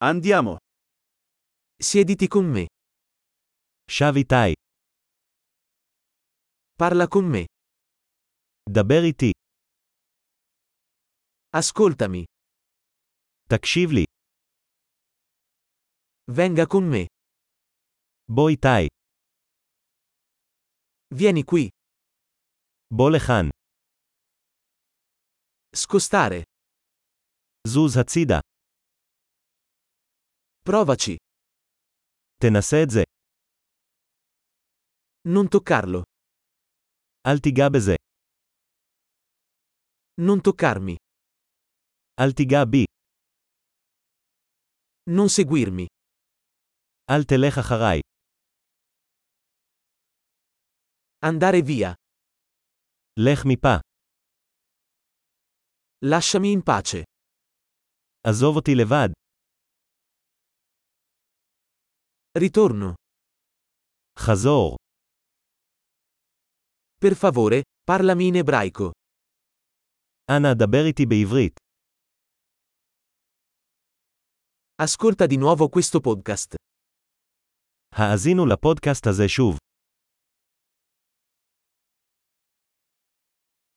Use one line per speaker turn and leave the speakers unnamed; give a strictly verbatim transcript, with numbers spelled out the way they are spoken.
Andiamo.
Siediti con me.
שב איתי.
Parla con me.
דבר איתי.
Ascoltami.
תקשיב לי.
Venga con me.
בוא איתי.
Vieni qui.
בוא לכאן.
Scostare.
זוז הצידה.
Provaci.
תנסה את זה.
Non toccarlo.
אל תיגע בזה.
Non toccarmi.
אל תיגע בי.
Non seguirmi.
אל תלך אחריי.
Andare via.
לך מפה.
Lasciami in pace.
עזוב אותי לבד.
Ritorno.
חזור.
Per favore, parlami in ebraico.
אנא דבר איתי בעברית.
Ascolta di nuovo questo podcast.
האזינו לפודקאסט הזה שוב.